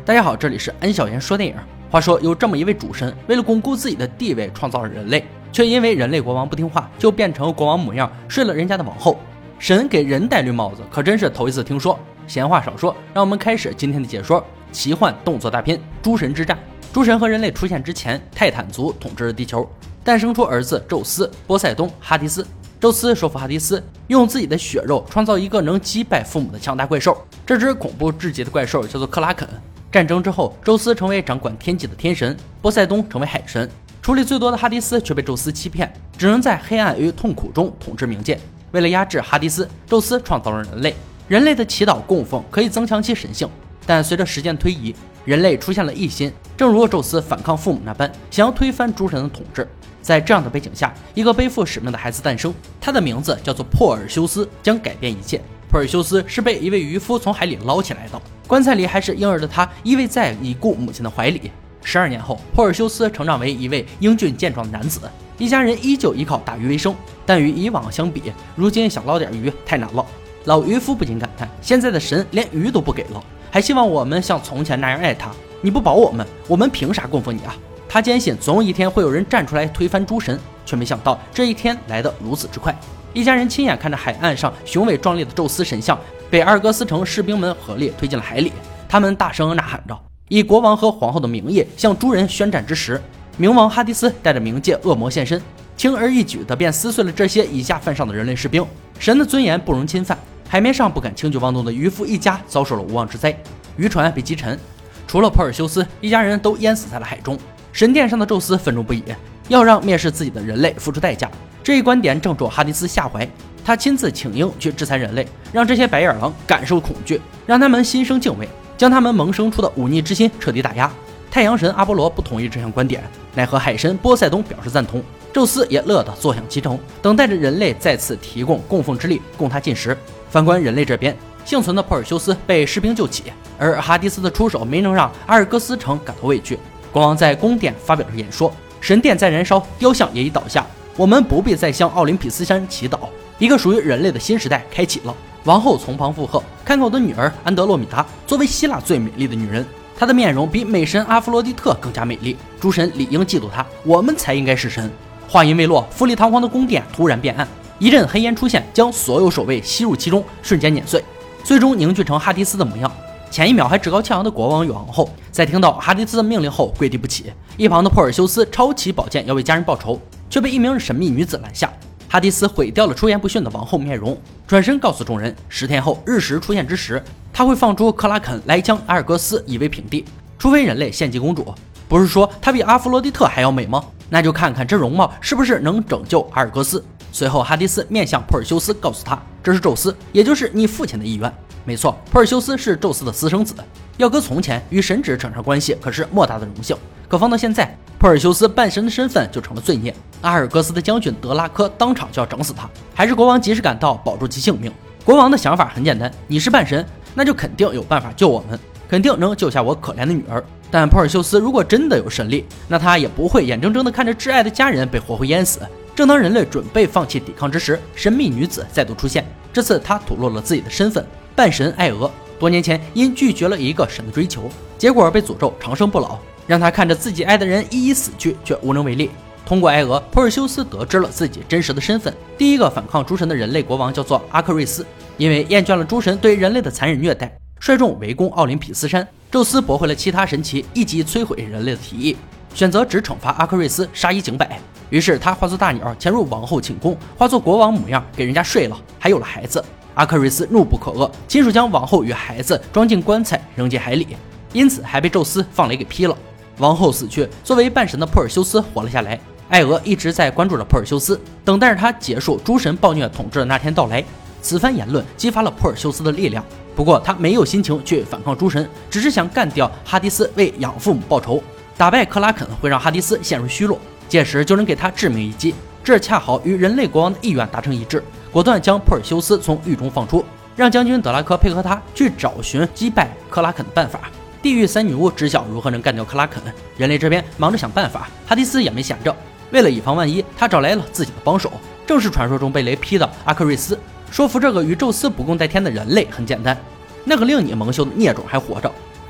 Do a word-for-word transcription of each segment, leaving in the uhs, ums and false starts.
大家好，这里是安小言说电影。话说有这么一位主神，为了巩固自己的地位，创造了人类，却因为人类国王不听话，就变成国王模样，睡了人家的王后。神给人戴绿帽子，可真是头一次听说。闲话少说，让我们开始今天的解说。奇幻动作大片《诸神之战》。诸神和人类出现之前，泰坦族统治了地球，诞生出儿子宙斯、波塞冬、哈迪斯。宙斯说服哈迪斯，用自己的血肉创造一个能击败父母的强大怪兽。这只恐怖至极的怪兽叫做克拉肯。战争之后，宙斯成为掌管天际的天神，波塞冬成为海神。出力最多的哈迪斯却被宙斯欺骗，只能在黑暗与痛苦中统治冥界。为了压制哈迪斯，宙斯创造了人类。人类的祈祷供奉可以增强其神性，但随着时间推移，人类出现了异心，正如宙斯反抗父母那般，想要推翻诸神的统治。在这样的背景下，一个背负使命的孩子诞生，他的名字叫做珀尔修斯，将改变一切。珀尔修斯是被一位渔夫从海里捞起来的，棺材里还是婴儿的他依偎在已故母亲的怀里。十二年后，珀尔修斯成长为一位英俊健壮的男子，一家人依旧依靠打鱼为生，但与以往相比，如今想捞点鱼太难了。老渔夫不禁感叹，现在的神连鱼都不给了，还希望我们像从前那样爱他，你不保我们，我们凭啥供奉你啊？他坚信总有一天会有人站出来推翻诸神，却没想到这一天来得如此之快。一家人亲眼看着海岸上雄伟壮丽的宙斯神像被阿尔戈斯城士兵们合力推进了海里，他们大声呐喊着，以国王和皇后的名义向诸人宣战之时，冥王哈迪斯带着冥界恶魔现身，轻而易举地便撕碎了这些以下犯上的人类士兵。神的尊严不容侵犯，海面上不敢轻举妄动的渔夫一家遭受了无妄之灾，渔船被击沉，除了珀尔修斯，一家人都淹死在了海中。神殿上的宙斯愤怒不已，要让蔑视自己的人类付出代价。这一观点正中哈迪斯下怀，他亲自请缨去制裁人类，让这些白眼狼感受恐惧，让他们心生敬畏，将他们萌生出的忤逆之心彻底打压。太阳神阿波罗不同意这项观点，奈何海神波塞冬表示赞同，宙斯也乐得坐享其成，等待着人类再次提供供奉之力供他进食。反观人类这边，幸存的珀尔修斯被士兵救起，而哈迪斯的出手没能让阿尔戈斯城感到畏惧。国王在宫殿发表了演说，神殿在燃烧，雕像也已倒下，我们不必再向奥林匹斯山祈祷，一个属于人类的新时代开启了。王后从旁附和，看看我的女儿安德洛米达，作为希腊最美丽的女人，她的面容比美神阿弗洛狄特更加美丽，诸神理应嫉妒她，我们才应该是神。话音未落，富丽堂皇的宫殿突然变暗，一阵黑烟出现，将所有守卫吸入其中，瞬间碾碎，最终凝聚成哈迪斯的模样。前一秒还趾高气扬的国王与王后，在听到哈迪斯的命令后跪地不起。一旁的珀尔修斯抄起宝剑要为家人报仇，却被一名神秘女子拦下。哈迪斯毁掉了出言不逊的王后面容，转身告诉众人，十天后日食出现之时，他会放出克拉肯来将阿尔戈斯夷为平地，除非人类献祭公主。不是说她比阿弗洛狄特还要美吗？那就看看这容貌是不是能拯救阿尔戈斯。随后哈迪斯面向珀尔修斯，告诉他，这是宙斯，也就是你父亲的意愿。没错，珀尔修斯是宙斯的私生子，要搁从前与神旨扯上关系可是莫大的荣幸，可放到现在，珀尔修斯半神的身份就成了罪孽。阿尔戈斯的将军德拉科当场就要整死他，还是国王及时赶到保住其性命。国王的想法很简单，你是半神，那就肯定有办法救我们，肯定能救下我可怜的女儿。但珀尔修斯如果真的有神力，那他也不会眼睁睁地看着挚爱的家人被活活淹死。正当人类准备放弃抵抗之时，神秘女子再度出现，这次她吐露了自己的身份，半神艾俄。多年前因拒绝了一个神的追求，结果被诅咒长生不老，让他看着自己爱的人一一死去，却无能为力。通过艾俄，珀尔修斯得知了自己真实的身份，第一个反抗诸神的人类国王叫做阿克瑞斯。因为厌倦了诸神对人类的残忍虐待，率众围攻奥林匹斯山，宙斯驳回了其他神祇一击摧毁人类的提议，选择只惩罚阿克瑞斯，杀一儆百。于是他化作大鸟潜入王后寝宫，化作国王模样给人家睡了，还有了孩子。阿克瑞斯怒不可遏，亲手将王后与孩子装进棺材扔进海里，因此还被宙斯放雷给劈了。王后死去，作为半神的珀尔修斯活了下来。艾俄一直在关注着珀尔修斯，等待着他结束诸神暴虐统治的那天到来。此番言论激发了珀尔修斯的力量，不过他没有心情去反抗诸神，只是想干掉哈迪斯为养父母报仇。打败克拉肯会让哈迪斯陷入虚弱，届时就能给他致命一击，这恰好与人类国王的意愿达成一致，果断将珀尔修斯从狱中放出，让将军德拉科配合他去找寻击败克拉肯的办法。地狱三女巫知晓如何能干掉克拉肯，人类这边忙着想办法，哈迪斯也没闲着。为了以防万一，他找来了自己的帮手，正是传说中被雷劈的阿克瑞斯。说服这个与宙斯不共戴天的人类很简单，那个令你蒙羞的孽种还活着，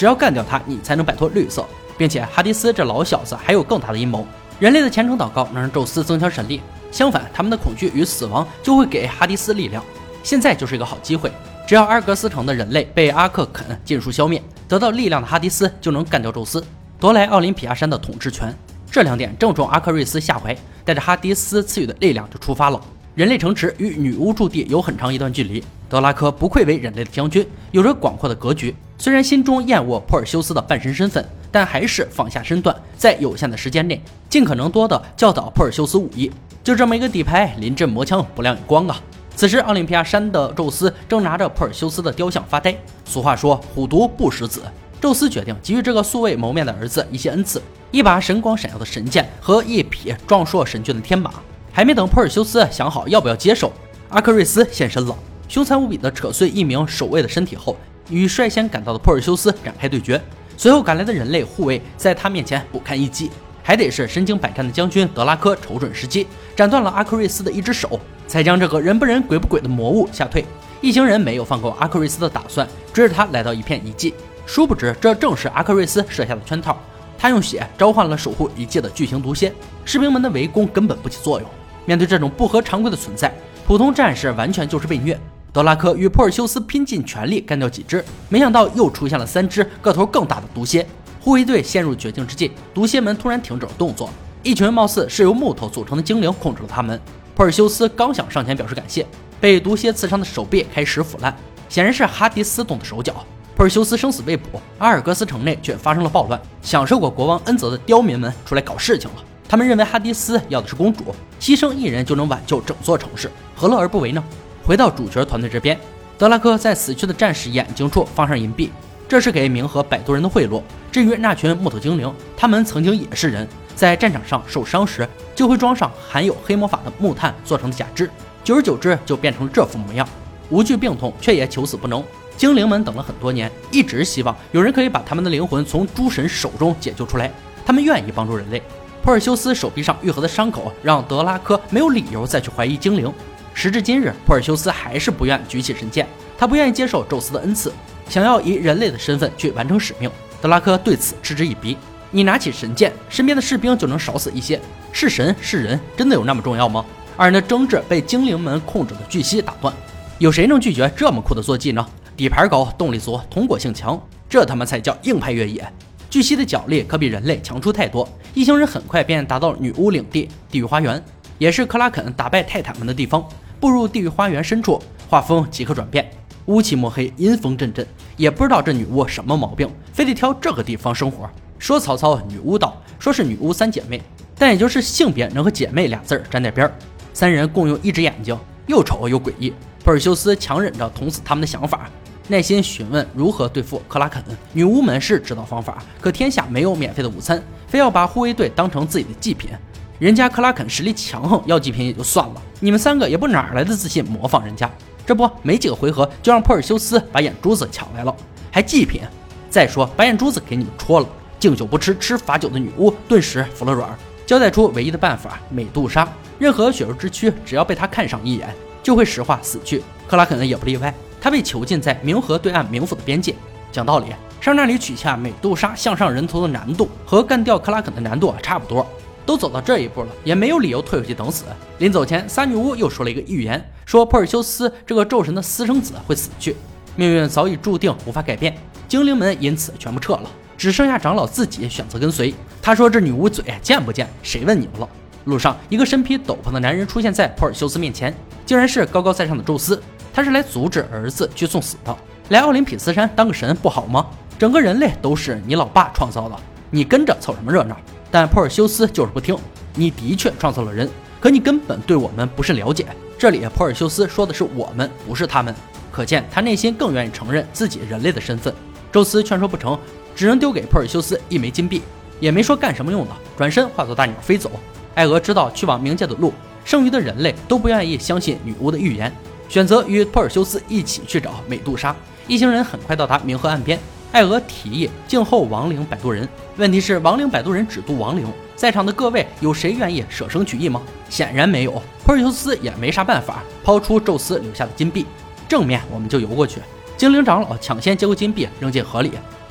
只要干掉他，你才能摆脱绿色。并且哈迪斯这老小子还有更大的阴谋，人类的虔诚祷告能让宙斯增强神力，相反，他们的恐惧与死亡就会给哈迪斯力量。现在就是一个好机会，只要阿尔戈斯城的人类被阿克肯尽数消灭，得到力量的哈迪斯就能干掉宙斯，夺来奥林匹亚山的统治权。这两点正中阿克瑞斯下怀，带着哈迪斯赐予的力量就出发了。人类城池与女巫驻地有很长一段距离，德拉科不愧为人类的将军，有着广阔的格局。虽然心中厌恶珀尔修斯的半神身份，但还是放下身段，在有限的时间内，尽可能多的教导珀尔修斯武艺。就这么一个底牌，临阵磨枪，不亮也光啊！此时，奥林匹亚山的宙斯正拿着珀尔修斯的雕像发呆。俗话说，虎毒不食子。宙斯决定给予这个素未谋面的儿子一些恩赐，一把神光闪耀的神剑和一匹壮硕神骏的天马。还没等珀尔修斯想好要不要接受，阿克瑞斯现身了，凶残无比的扯碎一名守卫的身体后，与率先赶到的珀尔修斯展开对决。随后赶来的人类护卫在他面前不堪一击，还得是身经百战的将军德拉科瞅准时机，斩断了阿克瑞斯的一只手，才将这个人不人鬼不鬼的魔物吓退。一行人没有放过阿克瑞斯的打算，追着他来到一片遗迹。殊不知，这正是阿克瑞斯设下的圈套。他用血召唤了守护遗迹的巨型毒蝎，士兵们的围攻根本不起作用。面对这种不合常规的存在，普通战士完全就是被虐。德拉科与珀尔修斯拼尽全力干掉几只，没想到又出现了三只个头更大的毒蝎。护卫队陷入绝境之际，毒蝎们突然停止了动作，一群貌似是由木头组成的精灵控制了他们。珀尔修斯刚想上前表示感谢，被毒蝎刺伤的手臂开始腐烂，显然是哈迪斯动的手脚。珀尔修斯生死未卜，阿尔戈斯城内却发生了暴乱，享受过国王恩泽的刁民们出来搞事情了。他们认为哈迪斯要的是公主，牺牲一人就能挽救整座城市，何乐而不为呢？回到主角团队这边，德拉科在死去的战士眼睛处放上银币，这是给冥河摆渡人的贿赂。至于那群木头精灵，他们曾经也是人，在战场上受伤时就会装上含有黑魔法的木炭做成的假肢，久而久之就变成了这副模样，无惧病痛却也求死不能。精灵们等了很多年，一直希望有人可以把他们的灵魂从诸神手中解救出来，他们愿意帮助人类。珀尔修斯手臂上愈合的伤口让德拉科没有理由再去怀疑精灵。时至今日，珀尔修斯还是不愿举起神剑，他不愿意接受宙斯的恩赐，想要以人类的身份去完成使命。德拉科对此嗤之以鼻：你拿起神剑，身边的士兵就能少死一些，是神是人真的有那么重要吗？二人的争执被精灵们控制的巨蜥打断，有谁能拒绝这么酷的坐骑呢？底盘高，动力足，通过性强，这他妈才叫硬派越野。巨蜥的脚力可比人类强出太多，一行人很快便达到女巫领地地狱花园，也是克拉肯打败泰坦们的地方。步入地狱花园深处，画风即刻转变，乌漆墨黑，阴风阵阵，也不知道这女巫什么毛病，非得挑这个地方生活。说曹操女巫道，说是女巫三姐妹，但也就是性别能和姐妹俩字儿沾点边儿。三人共用一只眼睛，又丑又诡异。珀尔修斯强忍着捅死他们的想法，耐心询问如何对付克拉肯。女巫们是知道方法，可天下没有免费的午餐，非要把护卫队当成自己的祭品。人家克拉肯实力强横，要祭品也就算了，你们三个也不哪来的自信模仿人家。这不没几个回合就让珀尔修斯把眼珠子抢来了，还祭品。再说把眼珠子给你们戳了，敬酒不吃吃罚酒的女巫顿时服了软，交代出唯一的办法：美杜莎。任何血肉之躯只要被他看上一眼，就会石化死去。克拉肯也不例外，他被囚禁在冥河对岸冥府的边界。讲道理，上那里取下美杜莎向上人头的难度和干掉克拉肯的难度啊差不多。都走到这一步了，也没有理由退回去等死。临走前，仨女巫又说了一个预言，说珀尔修斯这个宙神的私生子会死去，命运早已注定，无法改变。精灵们因此全部撤了，只剩下长老自己选择跟随。他说：“这女巫嘴贱不贱？谁问你们了？”路上，一个身披斗篷的男人出现在珀尔修斯面前，竟然是高高在上的宙斯。他是来阻止儿子去送死的。来奥林匹斯山当个神不好吗？整个人类都是你老爸创造的，你跟着凑什么热闹？但珀尔修斯就是不听。你的确创造了人，可你根本对我们不是了解。这里珀尔修斯说的是我们，不是他们，可见他内心更愿意承认自己人类的身份。宙斯劝说不成，只能丢给珀尔修斯一枚金币，也没说干什么用的，转身化作大鸟飞走。艾俄知道去往冥界的路，剩余的人类都不愿意相信女巫的预言，选择与珀尔修斯一起去找美杜莎。一行人很快到达冥河岸边，艾俄提议静候亡灵摆渡人。问题是亡灵摆渡人只渡亡灵，在场的各位有谁愿意舍生取义吗？显然没有。珀尔修斯也没啥办法，抛出宙斯留下的金币，正面我们就游过去。精灵长老抢先接过金币扔进河里，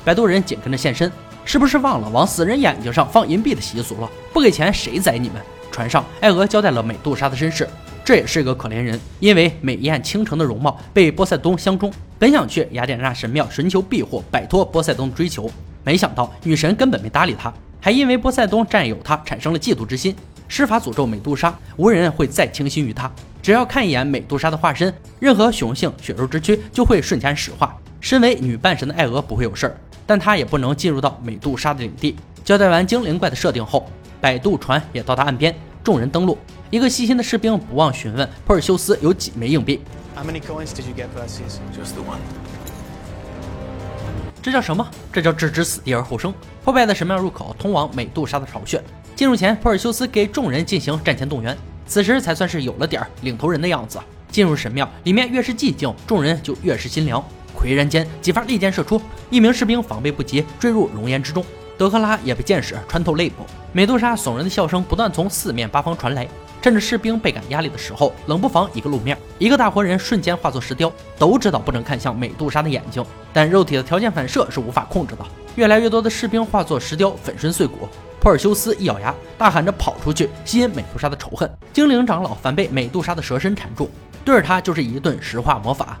摆渡人紧跟着现身，是不是忘了往死人眼睛上放银币的习俗了？不给钱谁宰你们？船上，艾俄交代了美杜莎的身世，这也是个可怜人，因为美艳倾城的容貌被波塞冬相中，本想去雅典娜神庙寻求庇护，摆脱波塞冬的追求，没想到女神根本没搭理他，还因为波塞冬占有他产生了嫉妒之心，施法诅咒美杜莎，无人会再倾心于他。只要看一眼美杜莎的化身，任何雄性血肉之躯就会瞬间石化。身为女半神的艾俄不会有事儿，但她也不能进入到美杜莎的领地。交代完精灵怪的设定后，摆渡船也到达岸边，众人登陆。一个细心的士兵不忘询问珀尔修斯有几枚硬币。这叫什么？这叫置之死地而后生。破败的神庙入口通往美杜莎的巢穴。进入前，珀尔修斯给众人进行战前动员，此时才算是有了点领头人的样子。进入神庙，里面越是寂静，众人就越是心凉。岿然间，几发利箭射出，一名士兵防备不及，坠入熔岩之中。德克拉也被箭矢穿透肋部。美杜莎耸人的笑声不断从四面八方传来。趁着士兵倍感压力的时候，冷不防一个露面，一个大活人瞬间化作石雕。都知道不能看向美杜莎的眼睛，但肉体的条件反射是无法控制的。越来越多的士兵化作石雕，粉身碎骨。珀尔修斯一咬牙，大喊着跑出去，吸引美杜莎的仇恨。精灵长老反被美杜莎的蛇身缠住，对着他就是一顿石化魔法。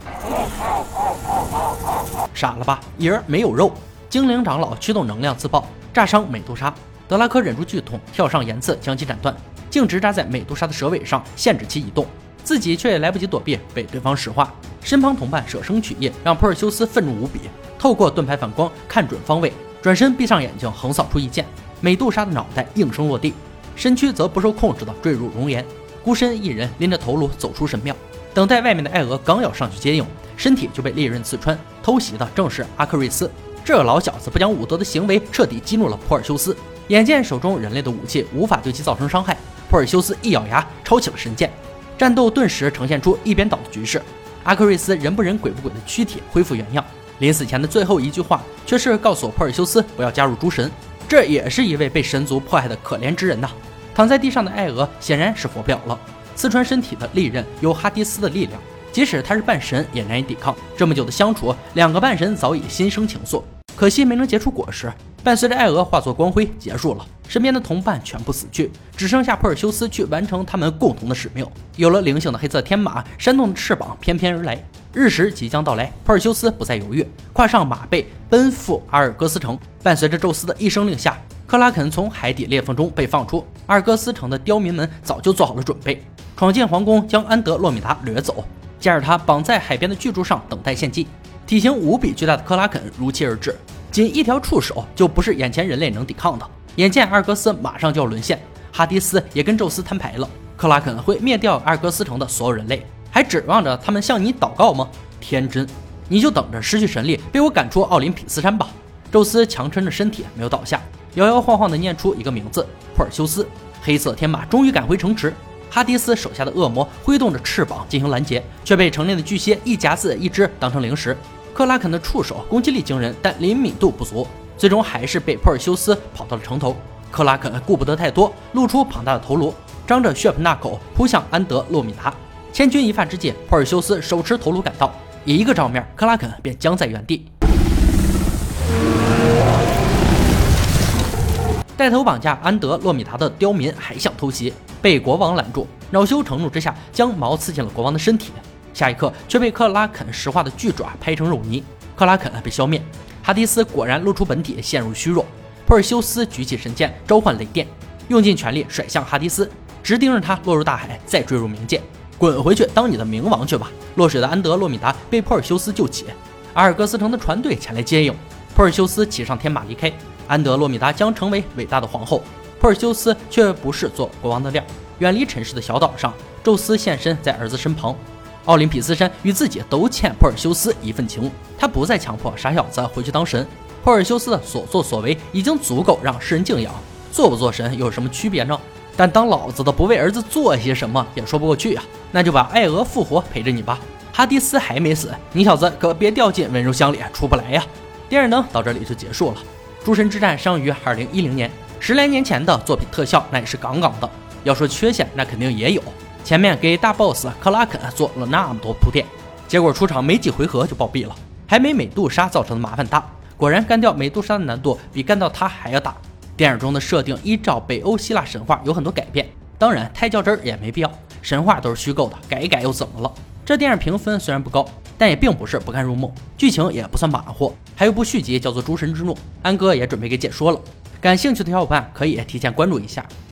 傻了吧，爷儿没有肉！精灵长老驱动能量自爆，炸伤美杜莎。德拉科忍住剧痛，跳上岩刺将其斩断，径直扎在美杜莎的蛇尾上，限制其移动。自己却也来不及躲避，被对方石化。身旁同伴舍生取义，让珀尔修斯愤怒无比。透过盾牌反光，看准方位，转身闭上眼睛，横扫出一剑。美杜莎的脑袋应声落地，身躯则不受控制地坠入熔岩。孤身一人拎着头颅走出神庙，等待外面的艾俄刚要上去接应，身体就被利刃刺穿。偷袭的正是阿克瑞斯，这个老小子不讲武德的行为彻底激怒了珀尔修斯。眼见手中人类的武器无法对其造成伤害，珀尔修斯一咬牙抄起了神剑，战斗顿时呈现出一边倒的局势。阿克瑞斯人不人鬼不鬼的躯体恢复原样，临死前的最后一句话却是告诉珀尔修斯不要加入诸神，这也是一位被神族迫害的可怜之人呐。躺在地上的艾俄显然是活不了了，刺穿身体的利刃有哈迪斯的力量，即使他是半神也难以抵抗。这么久的相处，两个半神早已心生情愫，可惜没能结出果实。伴随着艾俄化作光辉结束了，身边的同伴全部死去，只剩下珀尔修斯去完成他们共同的使命。有了灵性的黑色天马扇动的翅膀翩翩而来，日食即将到来，珀尔修斯不再犹豫，跨上马背奔赴阿尔戈斯城。伴随着宙斯的一声令下，克拉肯从海底裂缝中被放出，阿尔戈斯城的刁民们早就做好了准备，闯进皇宫将安德洛米达掠走，接着他绑在海边的巨柱上等待献祭。体型无比巨大的克拉肯如期而至，仅一条触手就不是眼前人类能抵抗的。眼见阿尔戈斯马上就要沦陷，哈迪斯也跟宙斯摊牌了，克拉肯会灭掉阿尔戈斯城的所有人类，还指望着他们向你祷告吗？天真，你就等着失去神力被我赶出奥林匹斯山吧。宙斯强撑着身体没有倒下，摇摇晃晃地念出一个名字：珀尔修斯。黑色天马终于赶回城池，哈迪斯手下的恶魔挥动着翅膀进行拦截，却被成年的巨蟹一夹子一只当成零食。克拉肯的触手攻击力惊人，但灵敏度不足，最终还是被珀尔修斯跑到了城头。克拉肯顾不得太多，露出庞大的头颅，张着血盆大口扑向安德洛米达。千钧一发之际，珀尔修斯手持头颅赶到，一个照面，克拉肯便僵在原地。带头绑架安德洛米达的刁民还想偷袭，被国王拦住，恼羞成怒之下将矛刺进了国王的身体，下一刻却被克拉肯石化的巨爪拍成肉泥，克拉肯被消灭。哈迪斯果然露出本体，陷入虚弱。珀尔修斯举起神剑召唤雷电，用尽全力甩向哈迪斯，直盯着他落入大海，再坠入冥界。滚回去当你的冥王去吧！落水的安德洛米达被珀尔修斯救起，阿尔戈斯城的船队前来接应，珀尔修斯骑上天马离开。安德洛米达将成为伟大的皇后，珀尔修斯却不是做国王的料。远离尘世的小岛上，宙斯现身在儿子身旁。奥林匹斯山与自己都欠珀尔修斯一份情，他不再强迫傻小子回去当神。珀尔修斯的所作所为已经足够让世人敬仰，做不做神有什么区别呢？但当老子的不为儿子做些什么也说不过去啊！那就把艾俄复活陪着你吧。哈迪斯还没死，你小子可别掉进温柔乡里出不来呀！电影呢到这里就结束了。诸神之战生于二零一零年，十来年前的作品特效那也是杠杠的。要说缺陷，那肯定也有。前面给大 boss 克拉肯做了那么多铺垫，结果出场没几回合就暴毙了，还没美杜莎造成的麻烦大。 果然干掉美杜莎的难度比干掉她还要大。电影中的设定依照北欧希腊神话有很多改变，当然太较真儿也没必要，神话都是虚构的，改一改又怎么了？这电影评分虽然不高，但也并不是不堪入目，剧情也不算马虎，还有部续集叫做《诸神之怒》，安哥也准备给解说了，感兴趣的小伙伴可以提前关注一下。